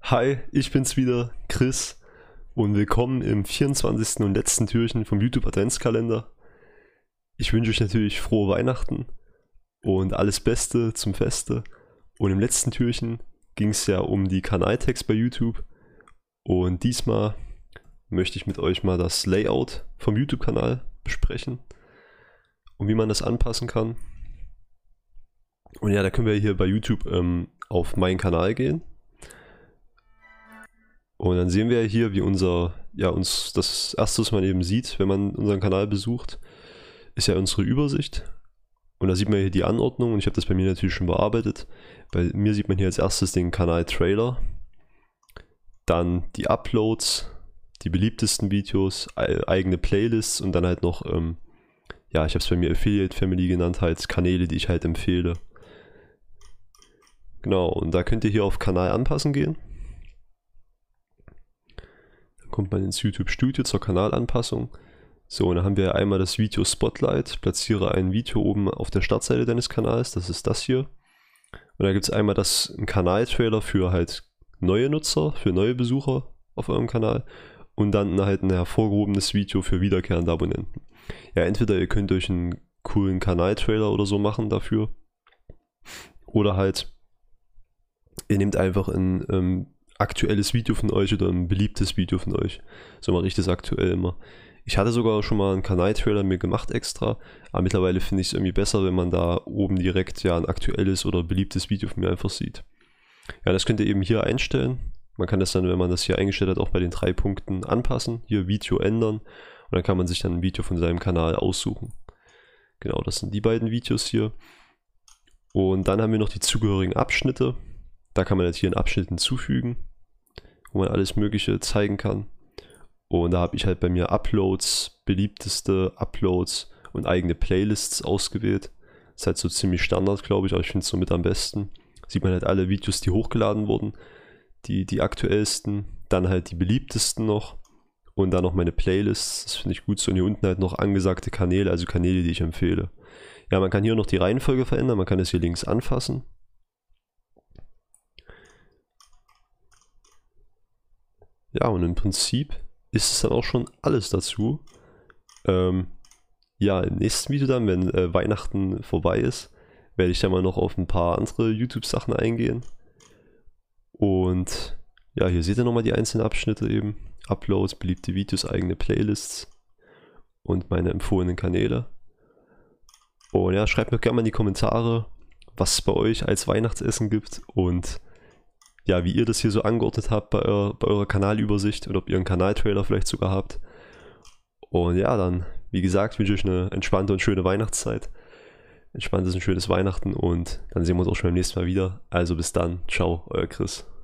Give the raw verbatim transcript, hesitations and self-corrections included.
Hi, ich bin's wieder, Chris, und willkommen im vierundzwanzigsten und letzten Türchen vom YouTube Adventskalender. Ich wünsche euch natürlich frohe Weihnachten und alles Beste zum Feste. Und im letzten Türchen ging es ja um die Kanaltags bei YouTube. Und diesmal möchte ich mit euch mal das Layout vom YouTube-Kanal besprechen und wie man das anpassen kann. Und ja, da können wir hier bei YouTube ähm, auf meinen Kanal gehen. Und dann sehen wir hier, wie unser, ja, uns das erste, was man eben sieht, wenn man unseren Kanal besucht, ist ja unsere Übersicht. Und da sieht man hier die Anordnung und ich habe das bei mir natürlich schon bearbeitet. Bei mir sieht man hier als erstes den Kanal-Trailer, dann die Uploads, die beliebtesten Videos, eigene Playlists und dann halt noch, ähm, ja, ich habe es bei mir Affiliate Family genannt, halt Kanäle, die ich halt empfehle. Genau, und da könnt ihr hier auf Kanal anpassen gehen. Kommt man ins YouTube Studio zur Kanalanpassung. So, und dann haben wir einmal das Video Spotlight. Platziere ein Video oben auf der Startseite deines Kanals. Das ist das hier. Und da gibt es einmal das einen Kanaltrailer für halt neue Nutzer, für neue Besucher auf eurem Kanal. Und dann halt ein hervorgehobenes Video für wiederkehrende Abonnenten. Ja, entweder ihr könnt euch einen coolen Kanaltrailer oder so machen dafür. Oder halt, ihr nehmt einfach ein ähm, aktuelles Video von euch oder ein beliebtes Video von euch. So mache ich das aktuell immer. Ich hatte sogar schon mal einen Kanal-Trailer mir gemacht extra, aber mittlerweile finde ich es irgendwie besser, wenn man da oben direkt ja ein aktuelles oder beliebtes Video von mir einfach sieht. Ja, das könnt ihr eben hier einstellen. Man kann das dann, wenn man das hier eingestellt hat, auch bei den drei Punkten anpassen. Hier Video ändern und dann kann man sich dann ein Video von seinem Kanal aussuchen. Genau, das sind die beiden Videos hier. Und dann haben wir noch die zugehörigen Abschnitte. Da kann man jetzt hier einen Abschnitt hinzufügen, wo man alles Mögliche zeigen kann. Und da habe ich halt bei mir Uploads, beliebteste Uploads und eigene Playlists ausgewählt. Das ist halt so ziemlich Standard, glaube ich, aber ich finde es so mit am besten. Sieht man halt alle Videos, die hochgeladen wurden, die, die aktuellsten, dann halt die beliebtesten noch und dann noch meine Playlists, das finde ich gut so. Und hier unten halt noch angesagte Kanäle, also Kanäle, die ich empfehle. Ja, man kann hier noch die Reihenfolge verändern, man kann das hier links anfassen. Ja, und im Prinzip ist es dann auch schon alles dazu. Ähm, ja, im nächsten Video dann, wenn äh, Weihnachten vorbei ist, werde ich dann mal noch auf ein paar andere YouTube-Sachen eingehen. Und ja, hier seht ihr nochmal die einzelnen Abschnitte eben. Uploads, beliebte Videos, eigene Playlists und meine empfohlenen Kanäle. Und ja, schreibt mir gerne mal in die Kommentare, was es bei euch als Weihnachtsessen gibt und ja, wie ihr das hier so angeordnet habt bei, eurer, bei eurer Kanalübersicht oder ob ihr einen Kanaltrailer vielleicht sogar habt. Und ja, dann, wie gesagt, wünsche ich euch eine entspannte und schöne Weihnachtszeit. Entspanntes und schönes Weihnachten und dann sehen wir uns auch schon beim nächsten Mal wieder. Also bis dann, ciao, euer Chris.